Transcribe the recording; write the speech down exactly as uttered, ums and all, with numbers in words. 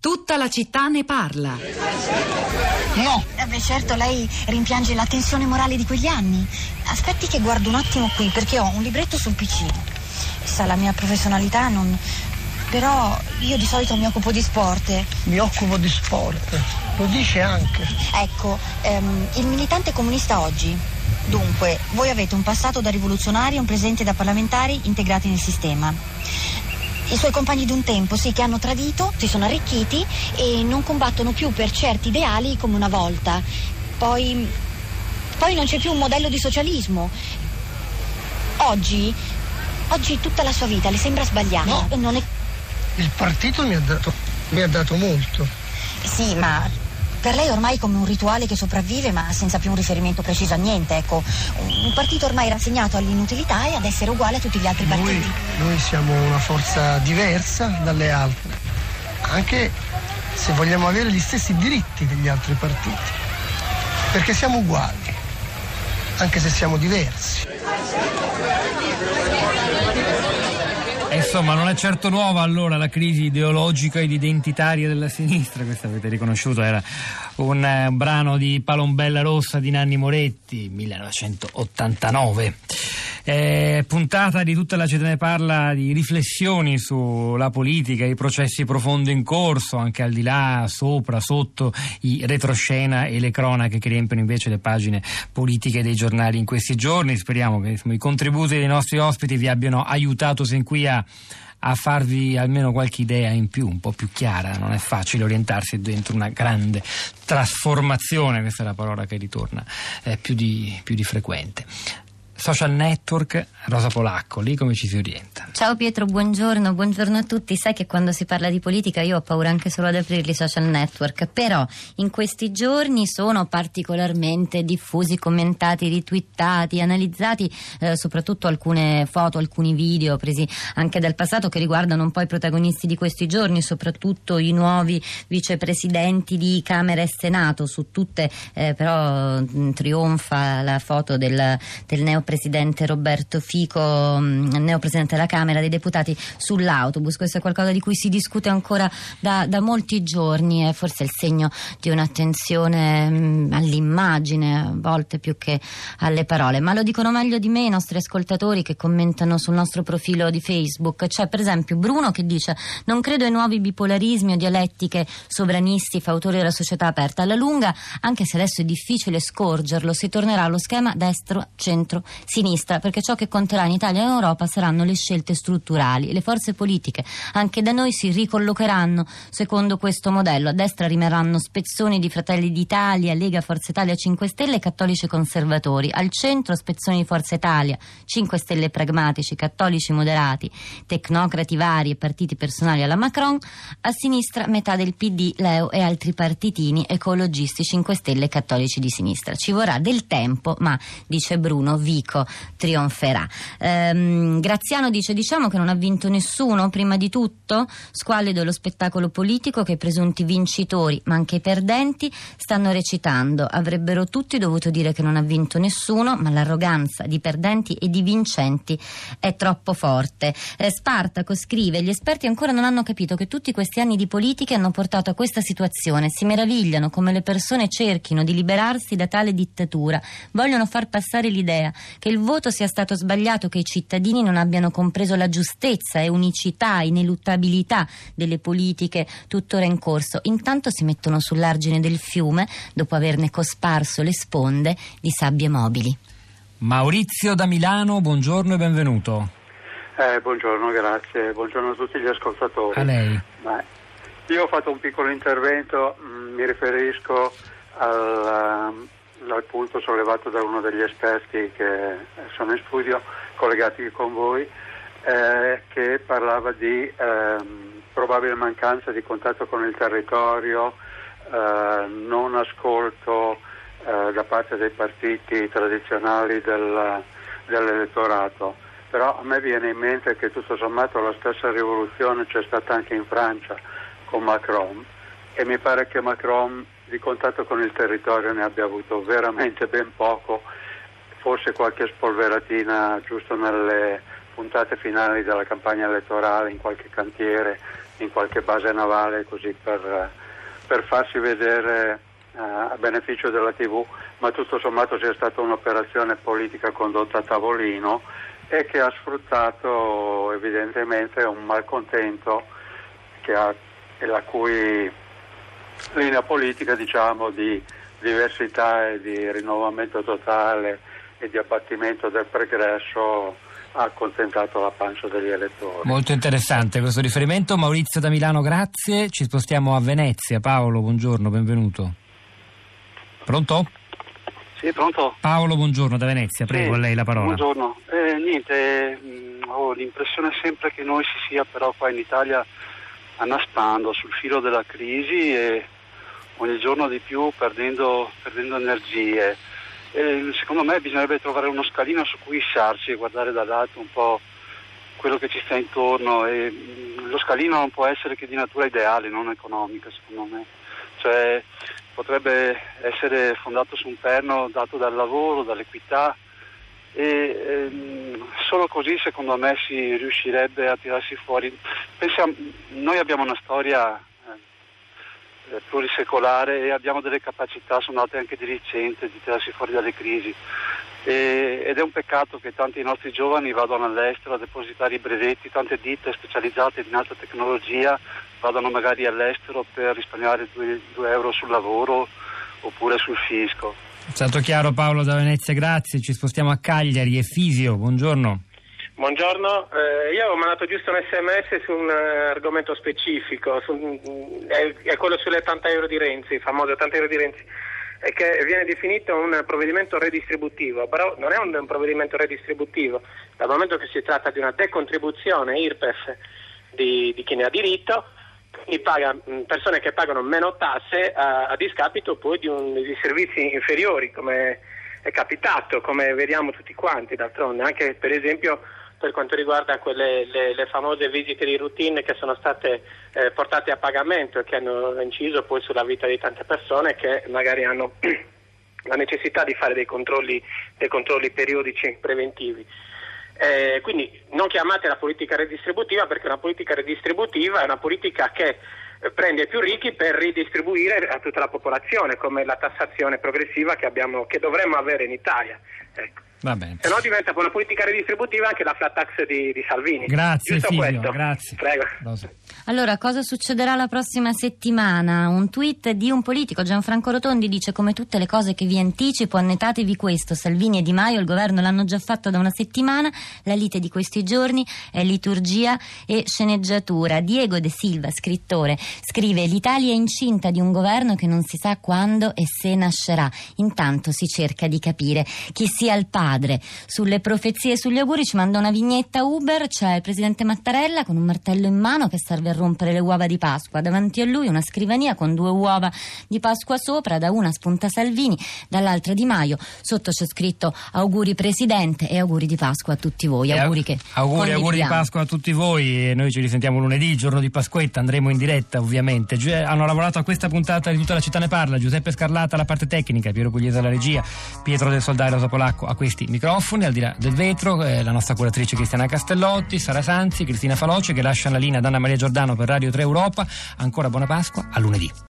Tutta la città ne parla. No! Eh beh, certo, lei rimpiange la tensione morale di quegli anni. Aspetti che guardo un attimo qui, perché ho un libretto sul P C. Sa, la mia professionalità non... Però io di solito mi occupo di sport. Mi occupo di sport, lo dice anche. Ecco, ehm, il militante comunista oggi. Dunque, voi avete un passato da rivoluzionari e un presente da parlamentari integrati nel sistema. I suoi compagni d'un tempo, sì, che hanno tradito, si sono arricchiti e non combattono più per certi ideali come una volta. Poi, poi non c'è più un modello di socialismo. Oggi, oggi tutta la sua vita le sembra sbagliata. No. Non è... Il partito mi ha dato, mi ha dato molto. Sì, ma per lei ormai è come un rituale che sopravvive, ma senza più un riferimento preciso a niente, ecco. Un partito ormai rassegnato all'inutilità e ad essere uguale a tutti gli altri Noi, partiti. noi siamo una forza diversa dalle altre, anche se vogliamo avere gli stessi diritti degli altri partiti, perché siamo uguali, anche se siamo diversi. Insomma, non è certo nuova allora la crisi ideologica ed identitaria della sinistra, questo avete riconosciuto, era un eh, brano di Palombella Rossa di Nanni Moretti, millenovecentottantanove. Eh, puntata di Tutta la città ne parla di riflessioni sulla politica, i processi profondi in corso, anche al di là, sopra, sotto i retroscena e le cronache che riempiono invece le pagine politiche dei giornali in questi giorni. Speriamo che insomma, i contributi dei nostri ospiti vi abbiano aiutato sin qui a a farvi almeno qualche idea in più, un po' più chiara. Non è facile orientarsi dentro una grande trasformazione, questa è la parola che ritorna eh, più di, più di frequente. Social network, Rosa Polacco, lì come ci si orienta? Ciao Pietro, buongiorno, buongiorno a tutti. Sai che quando si parla di politica io ho paura anche solo ad aprirli i social network, però in questi giorni sono particolarmente diffusi, commentati, ritwittati, analizzati, eh, soprattutto alcune foto, alcuni video presi anche dal passato che riguardano un po' i protagonisti di questi giorni, soprattutto i nuovi vicepresidenti di Camera e Senato. Su tutte eh, però mh, trionfa la foto del, del neo presidente Roberto Fico, neopresidente della Camera dei Deputati, sull'autobus. Questo è qualcosa di cui si discute ancora da, da molti giorni, è forse il segno di un'attenzione mh, all'immagine, a volte più che alle parole, ma lo dicono meglio di me i nostri ascoltatori che commentano sul nostro profilo di Facebook. C'è per esempio Bruno che dice: non credo ai nuovi bipolarismi o dialettiche sovranisti fautori della società aperta. Alla lunga, anche se adesso è difficile scorgerlo, si tornerà allo schema destro, centro, sinistra, perché ciò che conterà in Italia e in Europa saranno le scelte strutturali. Le forze politiche anche da noi si ricollocheranno secondo questo modello. A destra rimarranno spezzoni di Fratelli d'Italia, Lega, Forza Italia, cinque Stelle e cattolici conservatori. Al centro spezzoni di Forza Italia, cinque Stelle pragmatici, cattolici moderati, tecnocrati vari e partiti personali alla Macron. A sinistra metà del P D, Leo e altri partitini ecologisti, cinque Stelle e cattolici di sinistra. Ci vorrà del tempo, ma, dice Bruno, Vico trionferà. Ehm, Graziano dice: diciamo che non ha vinto nessuno, prima di tutto squallido lo spettacolo politico che i presunti vincitori ma anche i perdenti stanno recitando. Avrebbero tutti dovuto dire che non ha vinto nessuno, ma l'arroganza di perdenti e di vincenti è troppo forte. eh, Spartaco scrive: gli esperti ancora non hanno capito che tutti questi anni di politica hanno portato a questa situazione, si meravigliano come le persone cerchino di liberarsi da tale dittatura, vogliono far passare l'idea che il voto sia stato sbagliato, che i cittadini non abbiano compreso la giustezza e unicità, ineluttabilità delle politiche tuttora in corso. Intanto si mettono sull'argine del fiume dopo averne cosparso le sponde di sabbie mobili. Maurizio da Milano, buongiorno e benvenuto. Eh, buongiorno, grazie, buongiorno a tutti gli ascoltatori. A lei. Beh, io ho fatto un piccolo intervento, mh, mi riferisco al, uh, al punto sollevato da uno degli esperti che sono in studio, collegati con voi, eh, che parlava di eh, probabile mancanza di contatto con il territorio, eh, non ascolto eh, da parte dei partiti tradizionali del, dell'elettorato. Però a me viene in mente che tutto sommato la stessa rivoluzione c'è stata anche in Francia con Macron, e mi pare che Macron di contatto con il territorio ne abbia avuto veramente ben poco, forse qualche spolveratina giusto nelle puntate finali della campagna elettorale in qualche cantiere, in qualche base navale, così per, per farsi vedere uh, a beneficio della tivù, ma tutto sommato sia stata un'operazione politica condotta a tavolino e che ha sfruttato evidentemente un malcontento che ha, e la cui linea politica, diciamo, di diversità e di rinnovamento totale e di abbattimento del pregresso ha accontentato la pancia degli elettori. Molto interessante questo riferimento. Maurizio da Milano, grazie. Ci spostiamo a Venezia. Paolo, buongiorno, benvenuto. Pronto? Sì, pronto. Paolo, buongiorno da Venezia, prego, sì, a lei la parola. Buongiorno. Eh, niente, mh, ho l'impressione sempre che noi si sia però qua in Italia annaspando sul filo della crisi e ogni giorno di più perdendo, perdendo energie. E secondo me bisognerebbe trovare uno scalino su cui issarci e guardare dall'alto un po' quello che ci sta intorno, e mh, lo scalino non può essere che di natura ideale, non economica, secondo me. Cioè potrebbe essere fondato su un perno dato dal lavoro, dall'equità, e ehm, solo così secondo me si riuscirebbe a tirarsi fuori. Pensiamo, noi abbiamo una storia eh, plurisecolare e abbiamo delle capacità, sono nate anche di recente, di tirarsi fuori dalle crisi, e, ed è un peccato che tanti nostri giovani vadano all'estero a depositare i brevetti, tante ditte specializzate in alta tecnologia vadano magari all'estero per risparmiare due euro sul lavoro oppure sul fisco. È stato chiaro Paolo da Venezia, grazie. Ci spostiamo a Cagliari. Efisio, buongiorno. Buongiorno, eh, io ho mandato giusto un sms su un uh, argomento specifico, su, è, è quello sulle ottanta euro di Renzi, il famoso ottanta euro di Renzi, e che viene definito un provvedimento redistributivo, però non è un, un provvedimento redistributivo, dal momento che si tratta di una decontribuzione I R P E F di, di chi ne ha diritto, quindi paga, persone che pagano meno tasse a, a discapito poi di, un, di servizi inferiori, come è capitato, come vediamo tutti quanti d'altronde, anche per esempio per quanto riguarda quelle le, le famose visite di routine che sono state eh, portate a pagamento e che hanno inciso poi sulla vita di tante persone che magari hanno la necessità di fare dei controlli, dei controlli periodici preventivi. Eh, quindi non chiamatela politica redistributiva, perché una politica redistributiva è una politica che eh, prende i più ricchi per ridistribuire a tutta la popolazione, come la tassazione progressiva che abbiamo, che dovremmo avere in Italia. Ecco. Va bene. Se no diventa una politica redistributiva anche la flat tax di, di Salvini. Grazie Giusto Silvio, questo. grazie. Prego. Rosa. Allora, cosa succederà la prossima settimana? Un tweet di un politico, Gianfranco Rotondi, dice: come tutte le cose che vi anticipo, annotatevi questo: Salvini e Di Maio il governo l'hanno già fatto da una settimana, la lite di questi giorni è liturgia e sceneggiatura. Diego De Silva, scrittore, scrive: l'Italia è incinta di un governo che non si sa quando e se nascerà. Intanto si cerca di capire chi sia il padre. Sulle profezie e sugli auguri ci manda una vignetta Uber, c'è il presidente Mattarella con un martello in mano che serve a rompere le uova di Pasqua, davanti a lui una scrivania con due uova di Pasqua sopra, da una spunta Salvini, dall'altra Di Maio, sotto c'è scritto auguri presidente e auguri di Pasqua a tutti voi. E auguri che auguri, auguri di Pasqua a tutti voi, e noi ci risentiamo lunedì, giorno di Pasquetta, andremo in diretta ovviamente. Gi- hanno lavorato a questa puntata di Tutta la città ne parla: Giuseppe Scarlata alla parte tecnica, Piero Pugliese alla regia, Pietro del Soldai e Rosa Polacco a questi microfoni, al di là del vetro eh, la nostra curatrice Cristiana Castellotti, Sara Sanzi, Cristina Faloce, che lasciano la linea ad Anna Maria Giordano per Radio tre Europa. Ancora buona Pasqua, a lunedì.